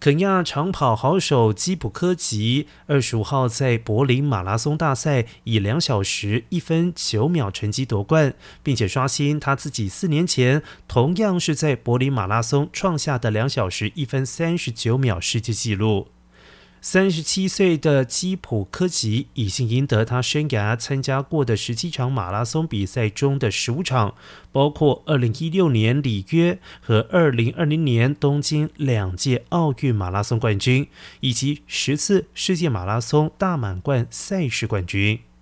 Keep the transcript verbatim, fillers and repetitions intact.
肯亚长跑好手基普科吉二十五号在柏林马拉松大赛以两小时一分九秒成绩夺冠，并且刷新他自己四年前同样是在柏林马拉松创下的两小时一分三十九秒世界纪录。三十七岁的基普科吉已经赢得他生涯参加过的十七场马拉松比赛中的十五场，包括二零一六年里约和二零二零年东京两届奥运马拉松冠军，以及十次世界马拉松大满贯赛事冠军。